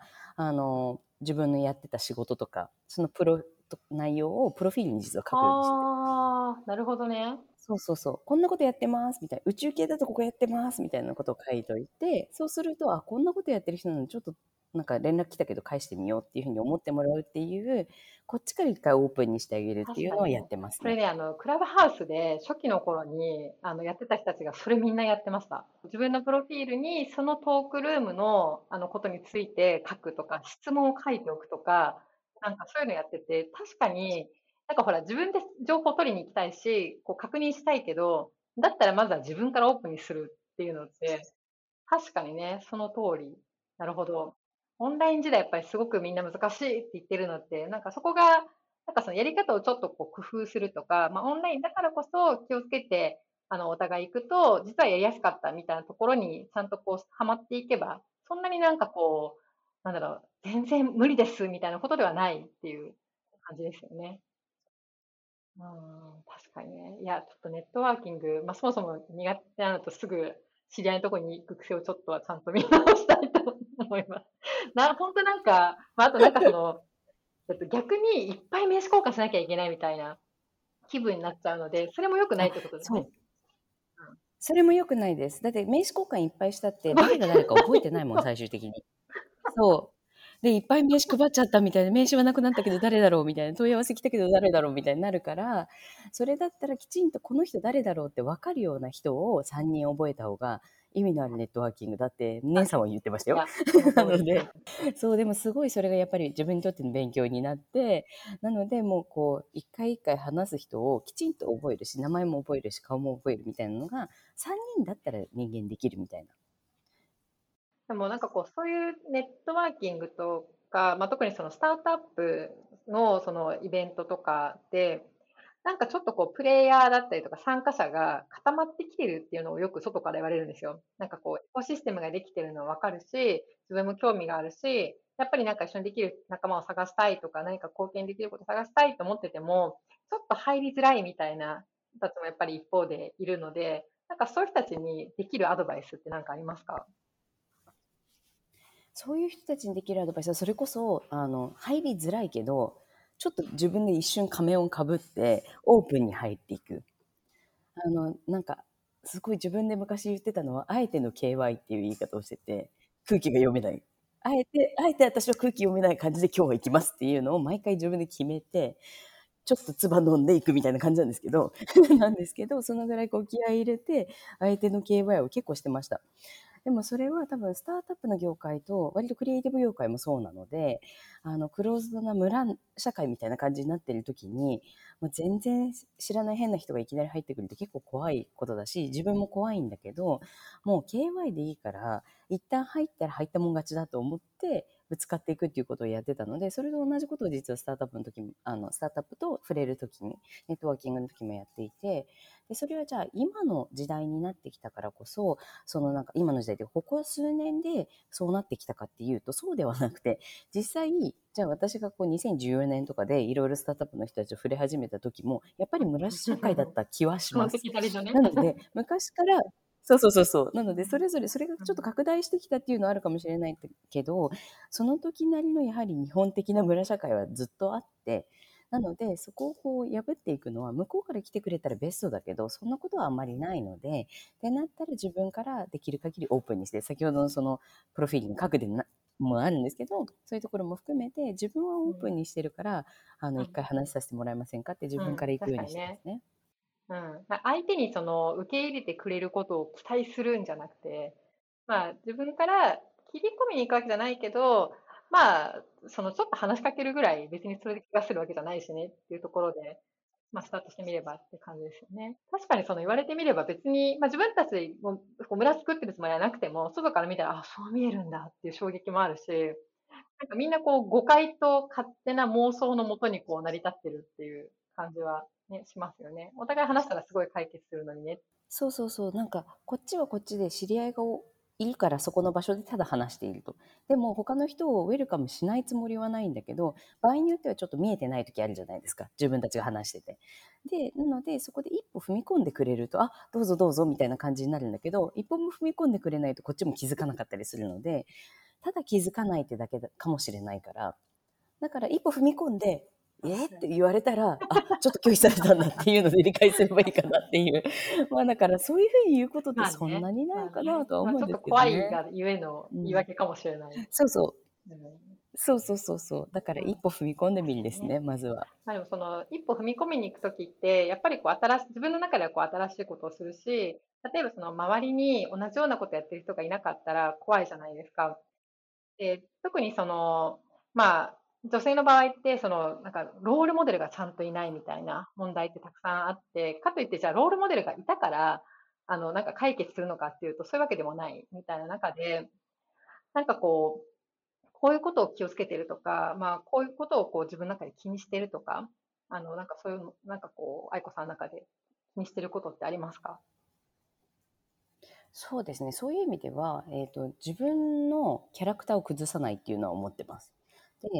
自分のやってた仕事とか、その内容をプロフィールに実は書くようにしてて。 ああ、なるほどね。 そうそうそう。こんなことやってますみたいな。宇宙系だとここやってますみたいなことを書いといて、そうすると、こんなことやってる人なのちょっとなんか連絡来たけど返してみようっていうふうに思ってもらうっていう、こっちから一回オープンにしてあげるっていうのはやっ確かにね。 てますね。 それね、クラブハウスで初期の頃に、やってた人たちがそれみんなやってました。自分のプロフィールにそのトークルームの、ことについて書くとか、質問を書いておくとか、なんかそういうのやってて、確かに、なんかほら、自分で情報を取りに行きたいし、こう確認したいけど、だったらまずは自分からオープンにするっていうのって、確かにね、その通り。なるほど。オンライン時代やっぱりすごくみんな難しいって言ってるのって、なんかそこが、なんかそのやり方をちょっとこう工夫するとか、オンラインだからこそ気をつけて、お互い行くと、実はやりやすかったみたいなところにちゃんとこうハマっていけば、そんなになんかこう、なんだろう、全然無理ですみたいなことではないっていう感じですよね。 確かにね。いや、ちょっとネットワーキング、そもそも苦手なのとすぐ知り合いのところに行く癖をちょっとはちゃんと見直したいと思います。本当なんか、あとなんか逆にいっぱい名刺交換しなきゃいけないみたいな気分になっちゃうので、それも良くないあ、 ってことですね。 そう。それも良くないです。だって名刺交換いっぱいしたって誰が誰か覚えてないもん、最終的に。そう。で、いっぱい名刺配っちゃったみたいな、名刺はなくなったけど誰だろうみたいな、問い合わせ来たけど誰だろうみたいになるから、それだったらきちんとこの人誰だろうって分かるような人を3人覚えた方が意味のあるネットワーキングだって姉さんは言ってましたよ。 いや、そのな通り。 ので、そう、でもすごいそれがやっぱり自分にとっての勉強になって、なのでもうこう、一回一回話す人をきちんと覚えるし、名前も覚えるし、顔も覚えるみたいなのが3人だったら人間できるみたいな。 でもなんかこう、そういうネットワーキングとか、特にそのスタートアップのそのイベントとかで、なんかちょっとこう、プレイヤーだったりとか参加者が固まってきてるっていうのをよく外から言われるんですよ。なんかこう、エコシステムができてるのはわかるし、自分も興味があるし、やっぱりなんか一緒にできる仲間を探したいとか、何か貢献できることを探したいと思ってても、ちょっと入りづらいみたいな人たちもやっぱり一方でいるので、なんかそういう人たちにできるアドバイスって何かありますか？ そういう人たちにできるアドバイスは、それこそ、入りづらいけど、ちょっと自分で一瞬仮面をかぶって、オープンに入っていく。なんか、すごい自分で昔言ってたのは、あえての KY っていう言い方をしてて、空気が読めない。あえて私は空気読めない感じで今日は行きますっていうのを毎回自分で決めて、ちょっと唾飲んでいくみたいな感じなんですけど、なんですけど、そのぐらいこう気合い入れて、相手の KY を結構してました。でもそれは多分スタートアップの業界と割とクリエイティブ業界もそうなので、クローズドな村社会みたいな感じになっている時に、もう全然知らない変な人がいきなり入ってくるって結構怖いことだし、自分も怖いんだけど、もう KY でいいから、一旦入ったら入ったもん勝ちだと思って、ぶつかっていくっていうことをやってたので、それと同じことを実はスタートアップの時も、スタートアップと触れる時に、ネットワーキングの時もやっていて、で、それはじゃあ今の時代になってきたからこそ、そのなんか今の時代でここ数年でそうなってきたかっていうとそうではなくて、実際じゃあ私がこう2014年とかでいろいろスタートアップの人たちを触れ始めた時もやっぱり村社会だった気はしそのます。 時なりのね。 なので昔からそう。なので、それぞれ、それがちょっと拡大してきたっていうのはあるかもしれないけど、その時なりのやはり日本的な村社会はずっとあって、なので、そこをこう破っていくのは、向こうから来てくれたらベストだけど、そんなことはあんまりないので、ってなったら自分からできる限りオープンにして、先ほどのそのプロフィールに書くでもあるんですけど、そういうところも含めて、自分はオープンにしてるから、一回話させてもらえませんかって自分から行くように確かにね。 してますね。 相手にその受け入れてくれることを期待するんじゃなくて、自分から切り込みに行くわけじゃないけど、そのちょっと話しかけるぐらい別にそれで気がするわけじゃないしねっていうところで、スタートしてみればって感じですよね。確かにその言われてみれば別に、自分たちもこう村作ってるつもりはなくても、外から見たら、あ、そう見えるんだっていう衝撃もあるし、なんかみんなこう誤解と勝手な妄想のもとにこう成り立ってるっていう感じはね、しますよね。お互い話したらすごい解決するのにね。 そう。なんか、こっちはこっちで知り合いがいるからそこの場所でただ話していると。でも他の人をウェルカムしないつもりはないんだけど、場合によってはちょっと見えてない時あるじゃないですか。自分たちが話してて。で、なのでそこで一歩踏み込んでくれると、あ、どうぞどうぞみたいな感じになるんだけど、一歩も踏み込んでくれないとこっちも気づかなかったりするので、ただ気づかないってだけかもしれないから、だから一歩踏み込んで、って言われたら、あ、ちょっと拒否されたんだっていうので理解すればいいかなっていう。だからそういうふうに言うことってそんなにないかなとは思うんですちょっとけどね。 怖いがゆえのうん。 言い訳かもしれない。 そうそう。 うん、 そう。だからうん、 一歩踏み込んでみる確かにね。 ですね、まずは。 でもその一歩踏み込みに行くときって、やっぱりこう自分の中ではこう新しいことをするし、例えばその周りに同じようなことやってる人がいなかったら怖いじゃないですか。で、特にその、女性の場合って、その、なんか、ロールモデルがちゃんといないみたいな問題ってたくさんあって、かといって、じゃあ、ロールモデルがいたから、なんか解決するのかっていうと、そういうわけでもないみたいな中で、なんかこういうことを気をつけてるとか、こういうことをこう自分の中で気にしてるとか、なんかそういうの、なんかこう、愛子さんの中で気にしてることってありますか？ そうですね。そういう意味では、自分のキャラクターを崩さないっていうのは思ってます。で、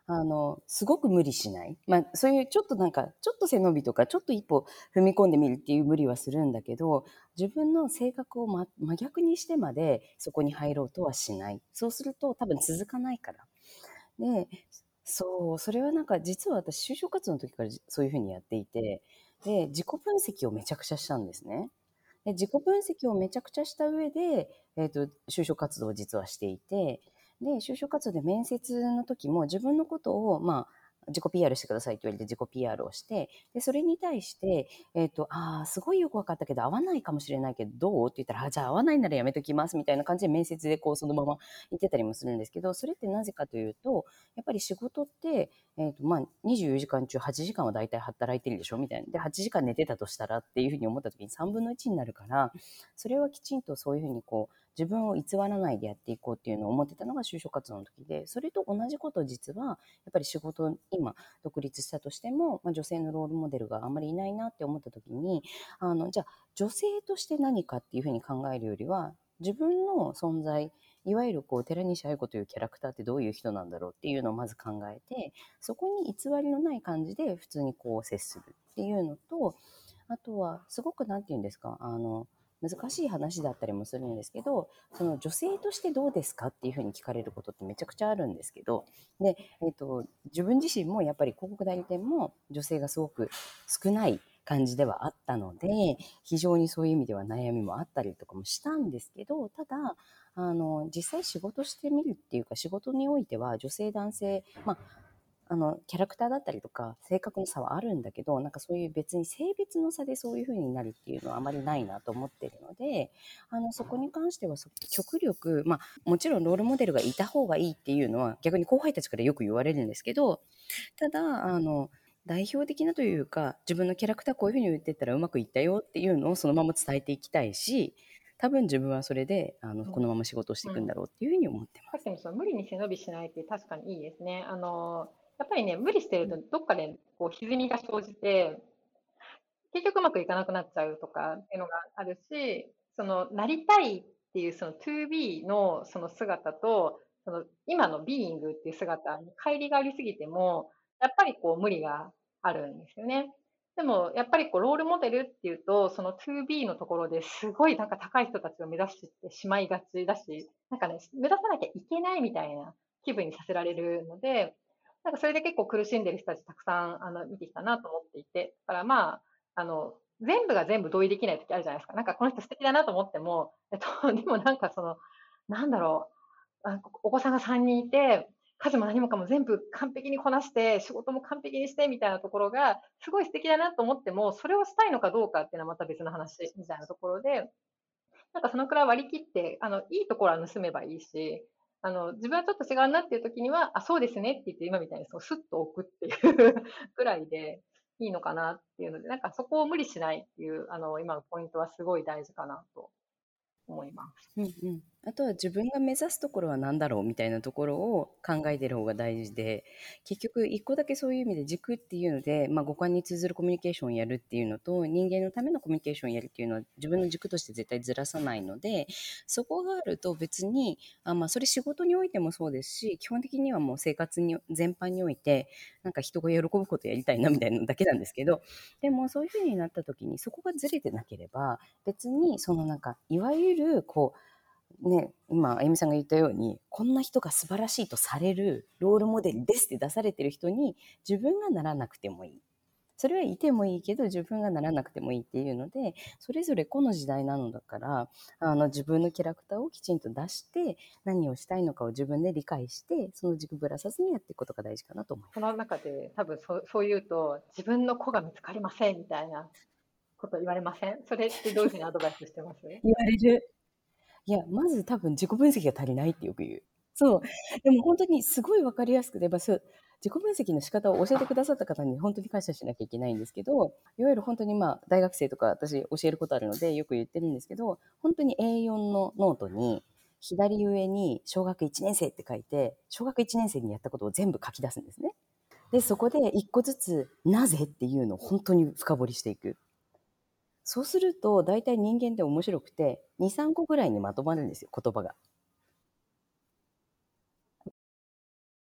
すごく無理しない。まあ、そういうちょっとなんか、ちょっと背伸びとか、ちょっと一歩踏み込んでみるっていう無理はするんだけど、自分の性格を真逆にしてまでそこに入ろうとはしない。そうすると多分続かないから。で、そう、それはなんか実は私、就職活動の時からそういうふうにやっていて、で、自己分析をめちゃくちゃしたんですね。で、自己分析をめちゃくちゃした上で、就職活動を実はしていて、で、就職活動で面接の時も自分のことを、まあ、自己 PR してくださいって言われて自己 PR をして、で、それに対して、すごいよくわかったけど、合わないかもしれないけど、どうって言ったら、じゃあ合わないならやめときますみたいな感じで面接でこう、そのまま言ってたりもするんですけど、それってなぜかというと、やっぱり仕事って、まあ、24時間中8時間は大体働いてるでしょみたいな。で、8時間寝てたとしたらっていうふうに思った時に3分の1になるから、それはきちんとそういうふうにこう、自分を偽らないでやっていこうっていうのを思ってたのが就職活動の時で、それと同じことを実は、やっぱり仕事、今、独立したとしても、まあ、女性のロールモデルがあんまりいないなって思った時に、じゃあ、女性として何かっていうふうに考えるよりは、自分の存在、いわゆるこう寺西愛子というキャラクターってどういう人なんだろうっていうのをまず考えて、そこに偽りのない感じで普通にこう接するっていうのと、あとはすごくなんて言うんですか、難しい話だったりもするんですけど、その女性としてどうですかっていうふうに聞かれることってめちゃくちゃあるんですけど、で、自分自身もやっぱり広告代理店も女性がすごく少ない感じではあったので、非常にそういう意味では悩みもあったりとかもしたんですけど、ただ、実際仕事してみるっていうか、仕事においては女性男性、まあ、キャラクターだったりとか性格の差はあるんだけど、なんかそういう別に性別の差でそういう風になるっていうのはあまりないなと思ってるので、そこに関しては極力、まあ、もちろんロールモデルがいた方がいいっていうのは逆に後輩たちからよく言われるんですけど、ただ、代表的なというか、自分のキャラクターこういう風に言ってったらうまくいったよっていうのをそのまま伝えていきたいし、多分自分はそれでこのまま仕事をしていくんだろうっていうふうに思ってます。 さっきのその無理に背伸びしないって確かにいいですね。やっぱりね、無理してるとどっかでこう歪みが生じて、結局うまくいかなくなっちゃうとかっていうのがあるし、そのなりたいっていうその to be のその姿と、その今の being っていう姿に乖離がありすぎても、やっぱりこう無理があるんですよね。でも、やっぱりこうロールモデルっていうと、その to be のところですごいなんか高い人たちを目指してしまいがちだし、なんかね、目指さなきゃいけないみたいな気分にさせられるので、なんかそれで結構苦しんでる人たちたくさん見てきたなと思っていて、だからまあ、全部が全部同意できない時あるじゃないですか。なんかこの人素敵だなと思っても、でもなんかその、なんだろう、お子さんが3人いて、家事も何もかも全部完璧にこなして、仕事も完璧にしてみたいなところが、すごい素敵だなと思っても、それをしたいのかどうかっていうのはまた別の話みたいなところで、なんかそのくらい割り切って、いいところは盗めばいいし、自分はちょっと違うなっていう時には、あ、そうですねって言って今みたいにそうスッと置くっていうくらいでいいのかなっていうので、なんかそこを無理しないっていう、今のポイントはすごい大事かなと思います。 うんうん、あとは自分が目指すところは何だろうみたいなところを考えてる方が大事で、結局一個だけそういう意味で軸っていうので、まあ、五感に通ずるコミュニケーションをやるっていうのと人間のためのコミュニケーションをやるっていうのは自分の軸として絶対ずらさないので、そこがあると別にまあ、それ仕事においてもそうですし、基本的にはもう生活に全般においてなんか人が喜ぶことやりたいなみたいなだけなんですけど、でもそういうふうになった時にそこがずれてなければ別にそのなんかいわゆるこうね、今、あゆみさんが言ったように、こんな人が素晴らしいとされるロールモデルですって出されてる人に、自分がならなくてもいい。それはいてもいいけど、自分がならなくてもいいっていうので、それぞれ個の時代なのだから、自分のキャラクターをきちんと出して、何をしたいのかを自分で理解して、その軸ぶらさずにやっていくことが大事かなと思います。 この中で多分そう言うと、自分の子が見つかりませんみたいなこと言われません？それってどういうふうにアドバイスしてます？ 言われる。いや、まず多分自己分析が足りないってよく言う。そう。でも本当にすごい分かりやすくて、自己分析の仕方を教えてくださった方に本当に感謝しなきゃいけないんですけど、いわゆる本当にまあ大学生とか私教えることあるのでよく言ってるんですけど、本当に A4 のノートに左上に小学1年生って書いて、小学1年生にやったことを全部書き出すんですね。で、そこで1個ずつなぜっていうのを本当に深掘りしていく。そうすると大体人間って面白くて2、3個ぐらいにまとまるんですよ、言葉が。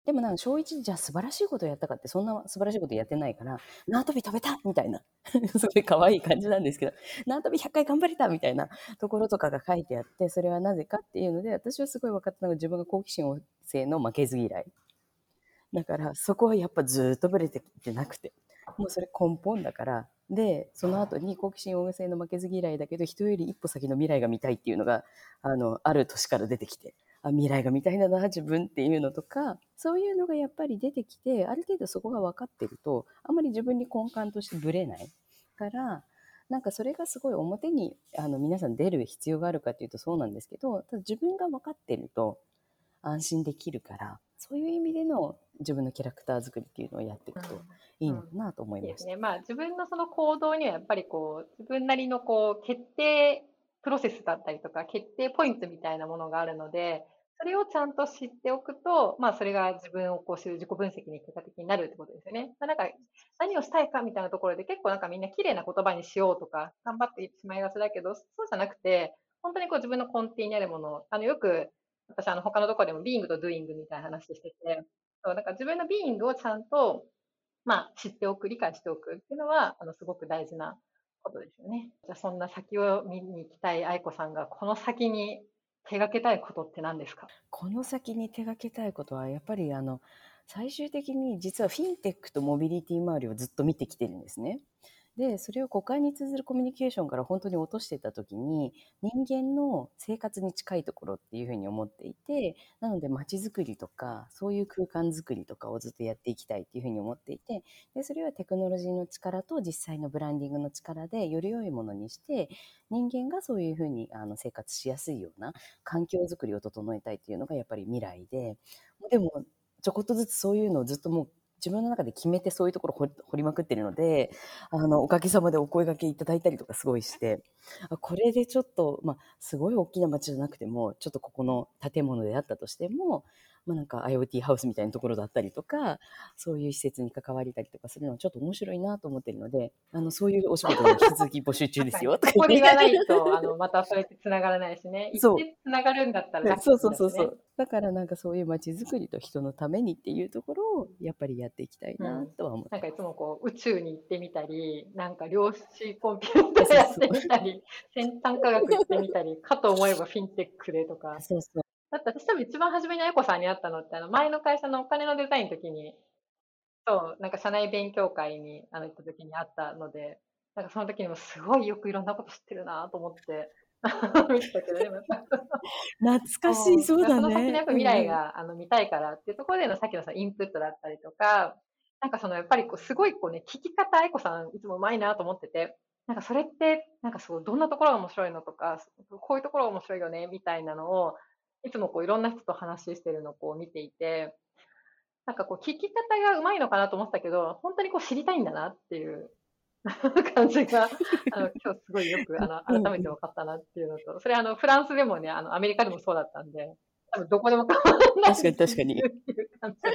でもなんか小1じゃあ素晴らしいことやったかってそんな素晴らしいことやってないから、縄跳び飛べたみたいなすごい可愛い感じなんですけど、縄跳び100回頑張れたみたいなところとかが書いてあって、それはなぜかっていうので、私はすごい分かったのが自分が好奇心旺盛の負けず嫌いだから、そこはやっぱずっとブレてきてなくて、もうそれ根本だから。でその後に好奇心旺盛の負けず嫌いだけど人より一歩先の未来が見たいっていうのがある年から出てきて、未来が見たいんだな自分っていうのとか、そういうのがやっぱり出てきて、ある程度そこが分かってるとあんまり自分に根幹としてブレないから、なんかそれがすごい表に皆さん出る必要があるかっていうとそうなんですけど、ただ自分が分かってると安心できるから、そういう意味での自分のキャラクター作りっていうのをやっていくといいのかなと思いました。 いいですね。まあ自分のその行動にはやっぱりこう自分なりのこう決定プロセスだったりとか決定ポイントみたいなものがあるので、それをちゃんと知っておくと、まあそれが自分をこう知る自己分析に結果的になるってことですよね。まあ、なんか何をしたいかみたいなところで結構なんかみんな綺麗な言葉にしようとか頑張ってしまいがちだけど、そうじゃなくて、本当にこう自分の根底にあるもの、よく私他のところでもビーイングとドゥイングみたいな話してて、そう、なんか自分のビーイングをちゃんとまあ、知っておく、理解しておくっていうのは、すごく大事なことですよね。じゃあ、そんな先を見に行きたい愛子さんが、この先に手がけたいことって何ですか？ この先に手がけたいことは、やっぱり最終的に実はフィンテックとモビリティ周りをずっと見てきてるんですね。で、それを股間に通ずるコミュニケーションから本当に落としていった時に、人間の生活に近いところっていうふうに思っていて、なので街づくりとか、そういう空間づくりとかをずっとやっていきたいっていうふうに思っていて、で、それはテクノロジーの力と実際のブランディングの力でより良いものにして、人間がそういうふうに生活しやすいような環境づくりを整えたいっていうのがやっぱり未来で、でもちょこっとずつそういうのをずっともう自分の中で決めてそういうところを掘りまくってるので、おかげさまでお声掛けいただいたりとかすごいして、これでちょっと、すごい大きな街じゃなくても、ちょっとここの建物であったとしても、なんか IoT ハウスみたいなところだったりとか、そういう施設に関わりたりとかするのはちょっと面白いなと思ってるので、そういうお仕事を引き続き募集中ですよ。 確かに誇りがないと、またそれって繋がらないしね。 そう行って繋がるんだったらラッキそうーだしね。 だからなんかそういう街づくりと人のためにっていうところをやっぱりやっていきたいなとは思ってなんかいます。 つもこう宇宙に行ってみたり、なんか量子コンピューターやってみたり、先端科学行ってみたり、かと思えばフィンテックでとか。 そうそう。 だって私多分一番初めに愛子さんに会ったのって、前の会社のお金のデザインの時に、そう、なんか社内勉強会に行った時に会ったので、なんかその時にもすごいよくいろんなこと知ってるなと思って見てたけど、でもやっぱ懐かしい、そうだその先のやね。 っぱ未来が見たいからっていうところでのさっきのそのインプットだったりとか、なんかそのやっぱりこうすごいこうね、聞き方愛子さんいつもうまいなと思ってて、なんかそれってなんかそうどんなところが面白いのとか、こういうところが面白いよねみたいなのをいつもこういろんな人と話してるのをこう見ていて、なんかこう聞き方がうまいのかなと思ってたけど、本当にこう知りたいんだなっていう感じが、今日すごいよく、改めて分かったなっていうのと、それフランスでもね、アメリカでもそうだったんで、多分どこでも変わらない確かに確かに。 っていう感じが。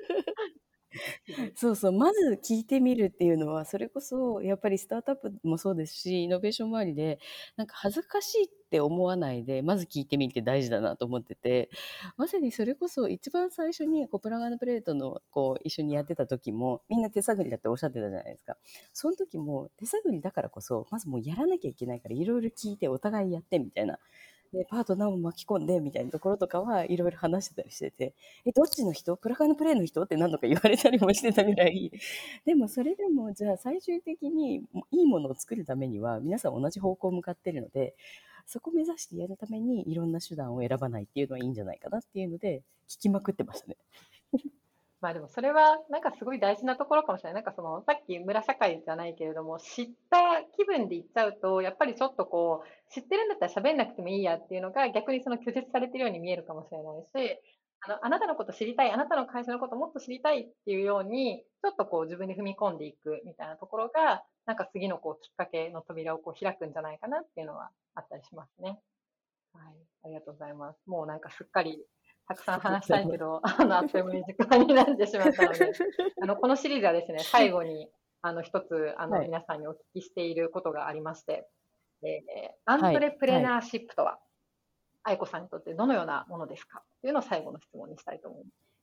そうそう、まず聞いてみるっていうのは、それこそやっぱりスタートアップもそうですし、イノベーション周りで、なんか恥ずかしいって思わないで、まず聞いてみるって大事だなと思ってて、まさにそれこそ一番最初にプラガーノプレートの一緒にやってた時も、みんな手探りだっておっしゃってたじゃないですか。その時も手探りだからこそ、まずもうやらなきゃいけないから、いろいろ聞いてお互いやってみたいな。で、パートナーも巻き込んでみたいなところとかはいろいろ話してたりしてて、どっちの人プラカーのプレイの人って何度か言われたりもしてたぐらい、でもそれでもじゃあ最終的にいいものを作るためには皆さん同じ方向を向かってるので、そこを目指してやるためにいろんな手段を選ばないっていうのはいいんじゃないかなっていうので聞きまくってましたね。 まあでもそれはなんかすごい大事なところかもしれない。なんかそのさっき村社会じゃないけれども、知った気分で言っちゃうと、やっぱりちょっとこう、知ってるんだったら喋んなくてもいいやっていうのが逆にその拒絶されてるように見えるかもしれないし、あなたのこと知りたい、あなたの会社のこともっと知りたいっていうように、ちょっとこう自分で踏み込んでいくみたいなところが、なんか次のこうきっかけの扉をこう開くんじゃないかなっていうのはあったりしますね。はい、ありがとうございます。もうなんかすっかりたくさん話したいけど、あっという間に時間になってしまったので、このシリーズはですね、最後に、一つ、 はい。 皆さんにお聞きしていることがありまして、アンはい。 トレプレはい。 ナーシップとは、愛子さんにとってどのようなものですかというのを最後の質問にしたいと思います。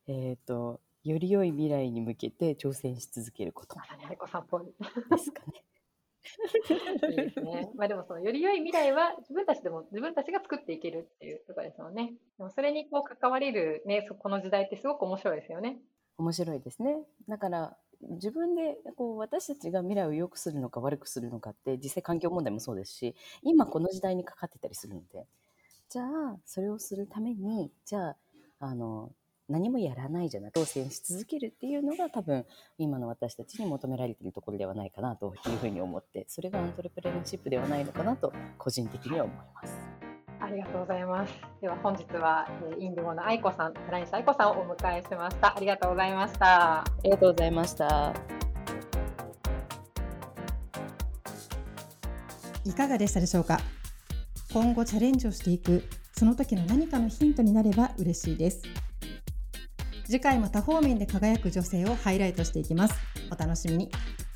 より良い未来に向けて挑戦し続けることまさに愛子さんっぽい。 ですかね。 いいですね。でもそのより良い未来は自分たちが作っていけるっていうところですよね。でもそれにこう関われるね、この時代ってすごく面白いですよね。 面白いですね。だから自分でこう私たちが未来を良くするのか悪くするのかって実際環境問題もそうですし、今この時代にかかってたりするので、じゃあそれをするために何もやらないじゃなく挑戦し続けるっていうのが多分今の私たちに求められているところではないかなというふうに思って、それがアントレプレナーシップではないのかなと個人的には思います。 ありがとうございます。では本日はインディゴの愛子さん、寺西愛子さんをお迎えしました。ありがとうございました。 ありがとうございました。 いかがでしたでしょうか。今後チャレンジをしていくその時の何かのヒントになれば嬉しいです。次回も多方面で輝く女性をハイライトしていきます。お楽しみに。